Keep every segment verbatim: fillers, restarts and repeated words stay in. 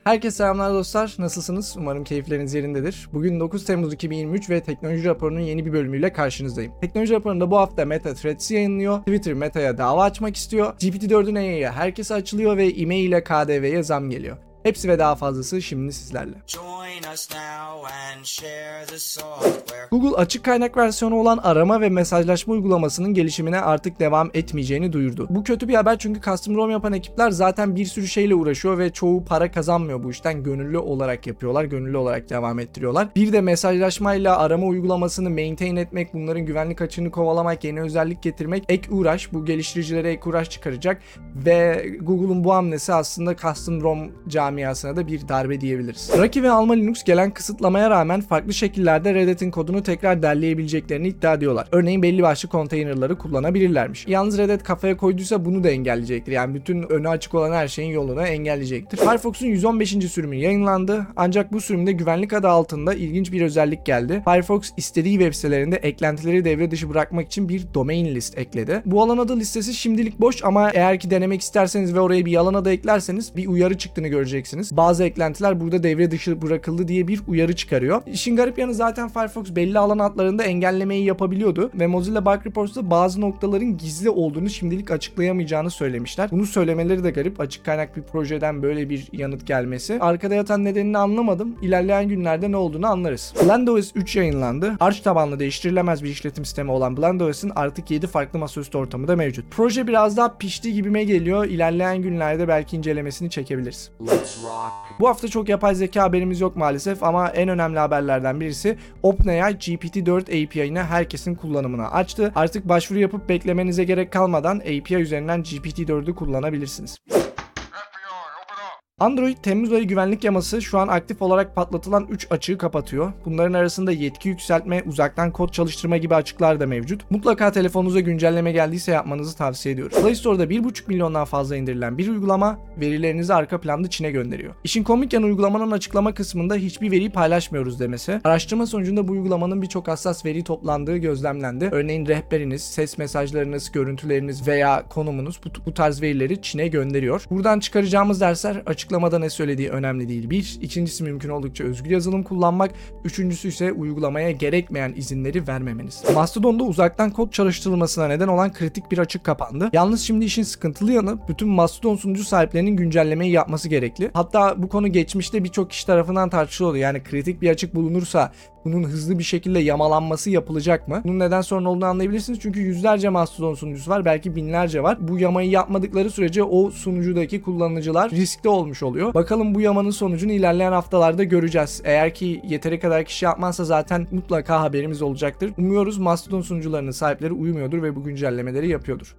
Herkese selamlar dostlar. Nasılsınız? Umarım keyifleriniz yerindedir. Bugün dokuz Temmuz iki bin yirmi üç ve Teknoloji Raporu'nun yeni bir bölümüyle karşınızdayım. Teknoloji Raporu'nda bu hafta Meta Threads'i yayınlıyor. Twitter Meta'ya dava açmak istiyor. G P T dördün A I'ye herkese açılıyor ve e-mail ile K D V'ye zam geliyor. Hepsi ve daha fazlası şimdi sizlerle. Google açık kaynak versiyonu olan arama ve mesajlaşma uygulamasının gelişimine artık devam etmeyeceğini duyurdu. Bu kötü bir haber çünkü custom ROM yapan ekipler zaten bir sürü şeyle uğraşıyor ve çoğu para kazanmıyor bu işten. Gönüllü olarak yapıyorlar, gönüllü olarak devam ettiriyorlar. Bir de mesajlaşmayla arama uygulamasını maintain etmek, bunların güvenlik açığını kovalamak, yeni özellik getirmek ek uğraş. Bu geliştiricilere ek uğraş çıkaracak ve Google'un bu hamlesi aslında custom ROM camiasına da bir darbe diyebiliriz. Rocky ve Alma Linux gelen kısıtlamaya rağmen farklı şekillerde Reddit'in kodunu tekrar derleyebileceklerini iddia ediyorlar. Örneğin belli başlı konteynerları kullanabilirlermiş. Yalnız Reddit kafaya koyduysa bunu da engelleyecektir. Yani bütün önü açık olan her şeyin yolunu engelleyecektir. Firefox'un yüz on beşinci sürümü yayınlandı. Ancak bu sürümde güvenlik adı altında ilginç bir özellik geldi. Firefox istediği web sitelerinde eklentileri devre dışı bırakmak için bir domain list ekledi. Bu alan adı listesi şimdilik boş ama eğer ki denemek isterseniz ve oraya bir yalan adı eklerseniz bir uyarı çıktığını göreceksiniz. Bazı eklentiler burada devre dışı bırakıldı diye bir uyarı çıkarıyor. İşin garip yanı zaten Firefox belli alan adlarında engellemeyi yapabiliyordu ve Mozilla Bug Reports'ta bazı noktaların gizli olduğunu şimdilik açıklayamayacağını söylemişler. Bunu söylemeleri de garip. Açık kaynak bir projeden böyle bir yanıt gelmesi. Arkada yatan nedenini anlamadım. İlerleyen günlerde ne olduğunu anlarız. BlendOS üç yayınlandı. Arch tabanlı değiştirilemez bir işletim sistemi olan BlendOS'in artık yedi farklı masaüstü ortamı da mevcut. Proje biraz daha pişti gibime geliyor. İlerleyen günlerde belki incelemesini çekebiliriz. Bu hafta çok yapay zeka haberimiz yok maalesef ama en önemli haberlerden birisi OpenAI G P T dört A P I'ını herkesin kullanımına açtı. Artık başvuru yapıp beklemenize gerek kalmadan A P I üzerinden G P T dördü kullanabilirsiniz. Android Temmuz ayı güvenlik yaması şu an aktif olarak patlatılan üç açığı kapatıyor. Bunların arasında yetki yükseltme, uzaktan kod çalıştırma gibi açıklar da mevcut. Mutlaka telefonunuza güncelleme geldiyse yapmanızı tavsiye ediyoruz. Play Store'da bir buçuk milyondan fazla indirilen bir uygulama verilerinizi arka planda Çin'e gönderiyor. İşin komik yanı uygulamanın açıklama kısmında hiçbir veriyi paylaşmıyoruz demesi. Araştırma sonucunda bu uygulamanın birçok hassas veri toplandığı gözlemlendi. Örneğin rehberiniz, ses mesajlarınız, görüntüleriniz veya konumunuz bu, bu tarz verileri Çin'e gönderiyor. Buradan çıkaracağımız dersler açık Açıklamada ne söylediği önemli değil. Bir, ikincisi mümkün oldukça özgür yazılım kullanmak. Üçüncüsü ise uygulamaya gerekmeyen izinleri vermemeniz. Mastodon'da uzaktan kod çalıştırılmasına neden olan kritik bir açık kapandı. Yalnız şimdi işin sıkıntılı yanı bütün Mastodon sunucu sahiplerinin güncellemeyi yapması gerekli. Hatta bu konu geçmişte birçok kişi tarafından tartışılıyordu. Yani kritik bir açık bulunursa bunun hızlı bir şekilde yamalanması yapılacak mı? Bunun neden sorun olduğunu anlayabilirsiniz. Çünkü yüzlerce Mastodon sunucusu var. Belki binlerce var. Bu yamayı yapmadıkları sürece o sunucudaki kullanıcılar riskli olmuş oluyor. Bakalım bu yamanın sonucunu ilerleyen haftalarda göreceğiz. Eğer ki yeteri kadar kişi yapmazsa zaten mutlaka haberimiz olacaktır. Umuyoruz Mastodon sunucularının sahipleri uyumuyordur ve bu güncellemeleri yapıyordur.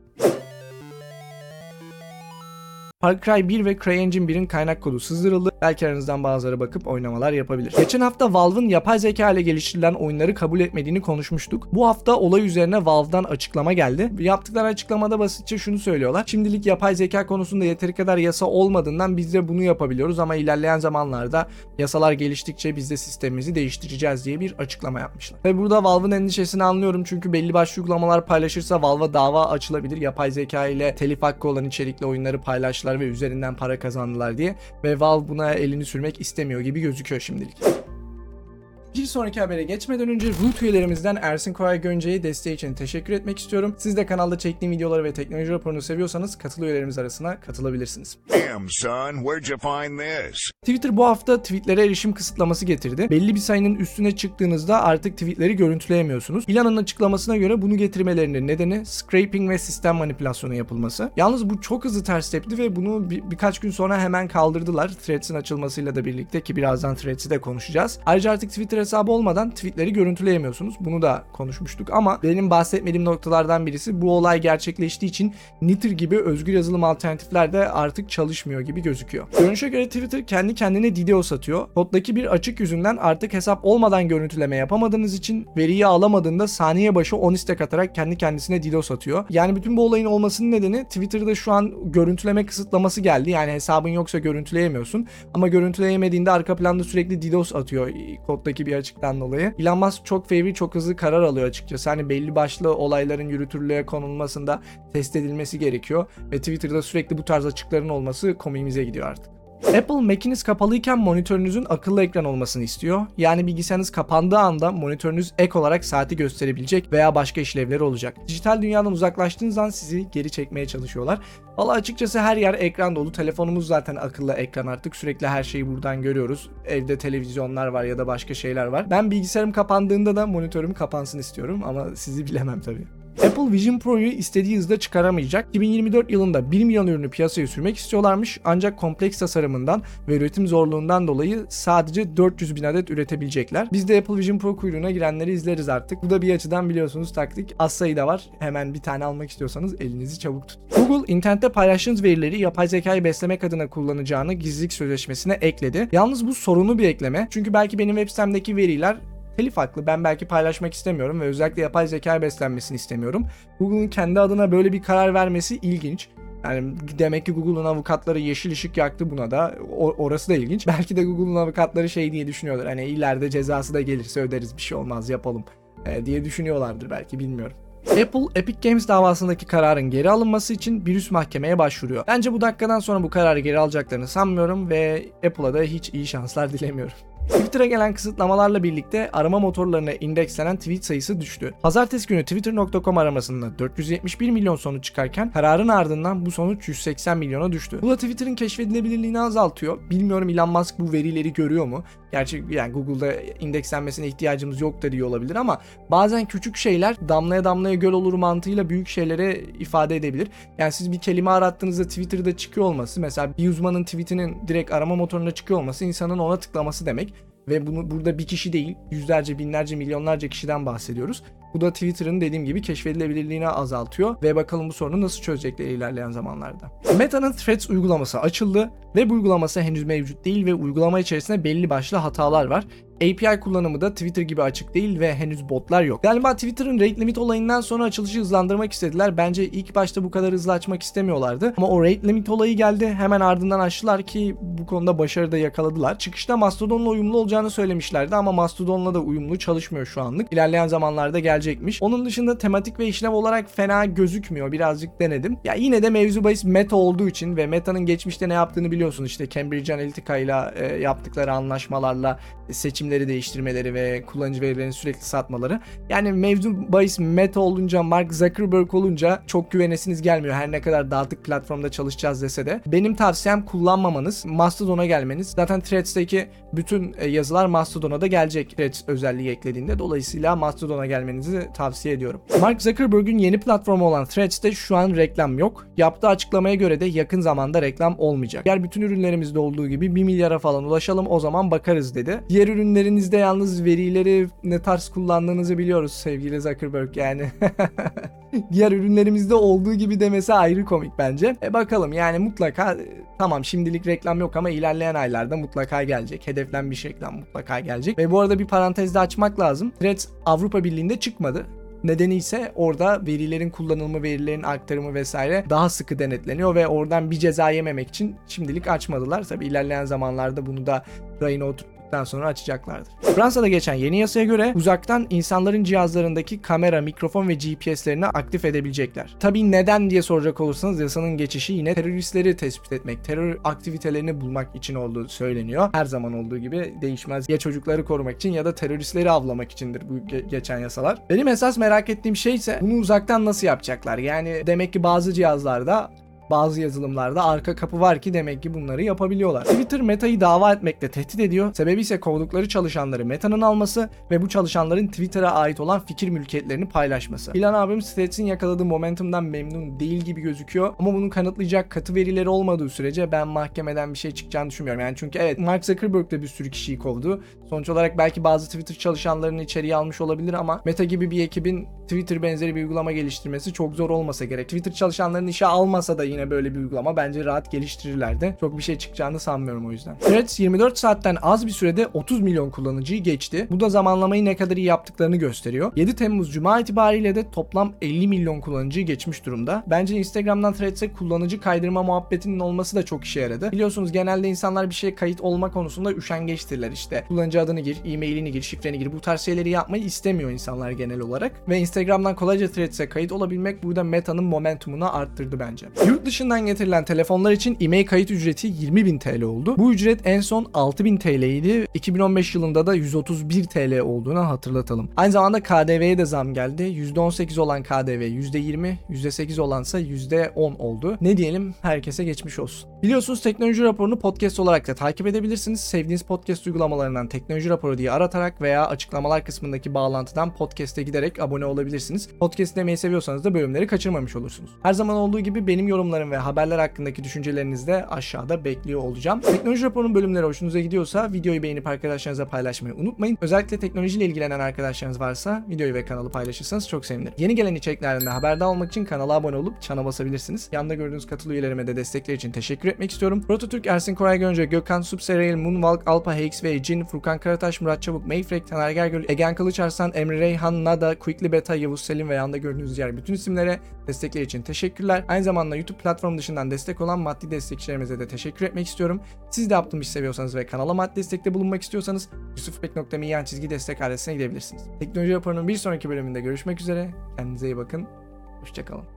Far Cry bir ve CryEngine birin kaynak kodu sızdırıldı. Belki aranızdan bazıları bakıp oynamalar yapabilir. Geçen hafta Valve'ın yapay zeka ile geliştirilen oyunları kabul etmediğini konuşmuştuk. Bu hafta olay üzerine Valve'dan açıklama geldi. Yaptıkları açıklamada basitçe şunu söylüyorlar. Şimdilik yapay zeka konusunda yeteri kadar yasa olmadığından biz de bunu yapabiliyoruz ama ilerleyen zamanlarda yasalar geliştikçe biz de sistemimizi değiştireceğiz diye bir açıklama yapmışlar. Ve burada Valve'ın endişesini anlıyorum çünkü belli başlı uygulamalar paylaşırsa Valve'a dava açılabilir. Yapay zeka ile telif hakkı olan içerikli oyunları paylaştılar ve üzerinden para kazandılar diye ve Valve buna elini sürmek istemiyor gibi gözüküyor şimdilik. Bir sonraki habere geçmeden önce Root üyelerimizden Ersin Koray Gönce'ye desteği için teşekkür etmek istiyorum. Siz de kanalda çektiğim videoları ve teknoloji raporunu seviyorsanız katıl üyelerimiz arasına katılabilirsiniz. Damn son, where'd you find this? Twitter bu hafta tweetlere erişim kısıtlaması getirdi. Belli bir sayının üstüne çıktığınızda artık tweetleri görüntüleyemiyorsunuz. Elon'un açıklamasına göre bunu getirmelerinin nedeni scraping ve sistem manipülasyonu yapılması. Yalnız bu çok hızlı ters tepti ve bunu bir, birkaç gün sonra hemen kaldırdılar. Threads'in açılmasıyla da birlikte ki birazdan Threads'i de konuşacağız. Ayrıca artık Twitter hesabı olmadan tweetleri görüntüleyemiyorsunuz. Bunu da konuşmuştuk ama benim bahsetmediğim noktalardan birisi bu olay gerçekleştiği için Nitter gibi özgür yazılım alternatifler de artık çalışmıyor gibi gözüküyor. Görünüşe göre Twitter kendi kendine DDoS satıyor. Koddaki bir açık yüzünden artık hesap olmadan görüntüleme yapamadığınız için veriyi alamadığında saniye başı on istek atarak kendi kendisine DDoS atıyor. Yani bütün bu olayın olmasının nedeni Twitter'da şu an görüntüleme kısıtlaması geldi. Yani hesabın yoksa görüntüleyemiyorsun ama görüntüleyemediğinde arka planda sürekli DDoS atıyor koddaki bir açıktan dolayı. Elon Musk çok fevri, çok hızlı karar alıyor açıkçası. Hani belli başlı olayların yürütülüğe konulmasında test edilmesi gerekiyor ve Twitter'da sürekli bu tarz açıkların olması komiğimize gidiyor artık. Apple Mac'iniz kapalıyken monitörünüzün akıllı ekran olmasını istiyor. Yani bilgisayarınız kapandığı anda monitörünüz ek olarak saati gösterebilecek veya başka işlevleri olacak. Dijital dünyadan uzaklaştığınız an sizi geri çekmeye çalışıyorlar. Valla açıkçası her yer ekran dolu. Telefonumuz zaten akıllı ekran artık. Sürekli her şeyi buradan görüyoruz. Evde televizyonlar var ya da başka şeyler var. Ben bilgisayarım kapandığında da monitörüm kapansın istiyorum ama sizi bilemem tabii. Apple Vision Pro'yu istediği hızda çıkaramayacak. iki bin yirmi dört yılında bir milyon ürünü piyasaya sürmek istiyorlarmış. Ancak kompleks tasarımından ve üretim zorluğundan dolayı sadece dört yüz bin adet üretebilecekler. Biz de Apple Vision Pro kuyruğuna girenleri izleriz artık. Bu da bir açıdan biliyorsunuz taktik. Az sayıda var. Hemen bir tane almak istiyorsanız elinizi çabuk tutun. Google internette paylaştığınız verileri yapay zekayı beslemek adına kullanacağını gizlilik sözleşmesine ekledi. Yalnız bu sorunlu bir ekleme. Çünkü belki benim web sitemdeki veriler telif haklı. Ben belki paylaşmak istemiyorum ve özellikle yapay zeka beslenmesini istemiyorum. Google'un kendi adına böyle bir karar vermesi ilginç. Yani demek ki Google'un avukatları yeşil ışık yaktı buna da. O, orası da ilginç. Belki de Google'un avukatları şey diye düşünüyorlar. Hani ileride cezası da gelirse öderiz, bir şey olmaz yapalım e, diye düşünüyorlardır belki, bilmiyorum. Apple, Epic Games davasındaki kararın geri alınması için bir üst mahkemeye başvuruyor. Bence bu dakikadan sonra bu kararı geri alacaklarını sanmıyorum ve Apple'a da hiç iyi şanslar dilemiyorum. Twitter'a gelen kısıtlamalarla birlikte arama motorlarına indekslenen tweet sayısı düştü. Pazartesi günü twitter nokta com aramasında dört yüz yetmiş bir milyon sonuç çıkarken kararın ardından bu sonuç yüz seksen milyona düştü. Bu da Twitter'ın keşfedilebilirliğini azaltıyor. Bilmiyorum Elon Musk bu verileri görüyor mu? Gerçi yani Google'da indekslenmesine ihtiyacımız yok da diyor olabilir ama bazen küçük şeyler damlaya damlaya göl olur mantığıyla büyük şeylere ifade edebilir. Yani siz bir kelime arattığınızda Twitter'da çıkıyor olması, mesela bir uzmanın tweetinin direkt arama motoruna çıkıyor olması insanın ona tıklaması demek. Ve bunu burada bir kişi değil, yüzlerce, binlerce, milyonlarca kişiden bahsediyoruz. Bu da Twitter'ın dediğim gibi keşfedilebilirliğini azaltıyor ve bakalım bu sorunu nasıl çözecekler ilerleyen zamanlarda. Meta'nın Threads uygulaması açıldı ve bu uygulaması henüz mevcut değil ve uygulama içerisinde belli başlı hatalar var. A P I kullanımı da Twitter gibi açık değil ve henüz botlar yok. Galiba Twitter'ın rate limit olayından sonra açılışı hızlandırmak istediler. Bence ilk başta bu kadar hızlı açmak istemiyorlardı. Ama o rate limit olayı geldi. Hemen ardından açtılar ki bu konuda başarı da yakaladılar. Çıkışta Mastodon'la uyumlu olacağını söylemişlerdi ama Mastodon'la da uyumlu çalışmıyor şu anlık. İlerleyen zamanlarda gelecekmiş. Onun dışında tematik ve işlev olarak fena gözükmüyor. Birazcık denedim. Ya yine de mevzu bahis Meta olduğu için ve Meta'nın geçmişte ne yaptığını biliyorsun. İşte Cambridge Analytica ile e, yaptıkları anlaşmalarla seçimleri değiştirmeleri ve kullanıcı verilerini sürekli satmaları. Yani mevzu bahis Meta olunca, Mark Zuckerberg olunca çok güvenesiniz gelmiyor. Her ne kadar dağıtık platformda çalışacağız dese de. Benim tavsiyem kullanmamanız, Mastodon'a gelmeniz. Zaten Threads'teki bütün yazılar Mastodon'a da gelecek Threads özelliği eklediğinde. Dolayısıyla Mastodon'a gelmenizi tavsiye ediyorum. Mark Zuckerberg'ün yeni platformu olan Threads'te şu an reklam yok. Yaptığı açıklamaya göre de yakın zamanda reklam olmayacak. Diğer bütün ürünlerimizde olduğu gibi bir milyara falan ulaşalım, o zaman bakarız dedi. Diğer ürünlerinizde yalnız verileri ne tarz kullandığınızı biliyoruz sevgili Zuckerberg yani. Diğer ürünlerimizde olduğu gibi demesi ayrı komik bence. E bakalım yani mutlaka tamam şimdilik reklam yok ama ilerleyen aylarda mutlaka gelecek. Hedeflenmiş reklam mutlaka gelecek. Ve bu arada bir parantezde açmak lazım. Threads Avrupa Birliği'nde çıkmadı. Nedeni ise orada verilerin kullanılımı, verilerin aktarımı vesaire daha sıkı denetleniyor ve oradan bir ceza yememek için şimdilik açmadılar. Tabii ilerleyen zamanlarda bunu da rayına oturttuktan sonra açacaklardır. Fransa'da geçen yeni yasaya göre uzaktan insanların cihazlarındaki kamera, mikrofon ve G P S'lerini aktif edebilecekler. Tabii neden diye soracak olursanız yasanın geçişi yine teröristleri tespit etmek, terör aktivitelerini bulmak için olduğu söyleniyor. Her zaman olduğu gibi değişmez. Ya çocukları korumak için ya da teröristleri avlamak içindir bu ge- geçen yasalar. Benim esas merak ettiğim şey ise bunu uzaktan nasıl yapacaklar? Yani demek ki bazı cihazlarda, bazı yazılımlarda arka kapı var ki demek ki bunları yapabiliyorlar. Twitter Meta'yı dava etmekle tehdit ediyor. Sebebi ise kovdukları çalışanları Meta'nın alması ve bu çalışanların Twitter'a ait olan fikir mülkiyetlerini paylaşması. İlan abim Threads'in yakaladığı momentumdan memnun değil gibi gözüküyor ama bunu kanıtlayacak katı verileri olmadığı sürece ben mahkemeden bir şey çıkacağını düşünmüyorum. Yani çünkü evet Mark Zuckerberg de bir sürü kişiyi kovdu. Sonuç olarak belki bazı Twitter çalışanlarını içeriye almış olabilir ama Meta gibi bir ekibin Twitter benzeri bir uygulama geliştirmesi çok zor olmasa gerek. Twitter çalışanlarını işe almasa da yine böyle bir uygulama bence rahat geliştirirlerdi. Çok bir şey çıkacağını sanmıyorum o yüzden. Threads yirmi dört saatten az bir sürede otuz milyon kullanıcıyı geçti. Bu da zamanlamayı ne kadar iyi yaptıklarını gösteriyor. yedi Temmuz Cuma itibariyle de toplam elli milyon kullanıcıyı geçmiş durumda. Bence Instagram'dan Threads'e kullanıcı kaydırma muhabbetinin olması da çok işe yaradı. Biliyorsunuz genelde insanlar bir şeye kayıt olma konusunda üşengeçtirler işte. Kullanıcı adını gir, e-mailini gir, şifreni gir. Bu tarz şeyleri yapmayı istemiyor insanlar genel olarak. Ve Instagram Instagram'dan kolayca Threads'e kayıt olabilmek burada Meta'nın momentumunu arttırdı bence. Yurt dışından getirilen telefonlar için e-mail kayıt ücreti yirmi bin T L oldu. Bu ücret en son altı bin T L idi. iki bin on beş yılında da yüz otuz bir T L olduğunu hatırlatalım. Aynı zamanda K D V'ye de zam geldi. yüzde on sekiz olan K D V yüzde yirmi, yüzde sekiz olansa yüzde on oldu. Ne diyelim, herkese geçmiş olsun. Biliyorsunuz teknoloji raporunu podcast olarak da takip edebilirsiniz. Sevdiğiniz podcast uygulamalarından teknoloji raporu diye aratarak veya açıklamalar kısmındaki bağlantıdan podcast'e giderek abone olabilirsiniz. Podcast demeyi seviyorsanız da bölümleri kaçırmamış olursunuz. Her zaman olduğu gibi benim yorumlarım ve haberler hakkındaki düşüncelerinizi de aşağıda bekliyor olacağım. Teknoloji raporunun bölümleri hoşunuza gidiyorsa videoyu beğenip arkadaşlarınıza paylaşmayı unutmayın. Özellikle teknolojiyle ilgilenen arkadaşlarınız varsa videoyu ve kanalı paylaşırsanız çok sevinirim. Yeni gelen içeriklerden de haberdar olmak için kanala abone olup çana basabilirsiniz. Yanında gördüğünüz katıl üyelerime de destekleri için teşekkür etmek istiyorum. Prototürk, Ersin Koray Gönce, Gökhan Subserial, Moonwalk, Alpa, H X V, Jin, Furkan Karataş, Murat Çabuk, Mayfrek, Taner Gergül, Egen Kılıçarslan, Emre Reyhan, Nada, Quickly Beta, Yavuz Selim ve yanında gördüğünüz diğer bütün isimlere destekleri için teşekkürler. Aynı zamanda YouTube platformu dışından destek olan maddi destekçilerimize de teşekkür etmek istiyorum. Siz de yaptığım işi seviyorsanız ve kanala maddi destekte bulunmak istiyorsanız yusufbek nokta me yan çizgi destek adresine gidebilirsiniz. Teknoloji raporunun bir sonraki bölümünde görüşmek üzere. Kendinize iyi bakın. Hoşçakalın.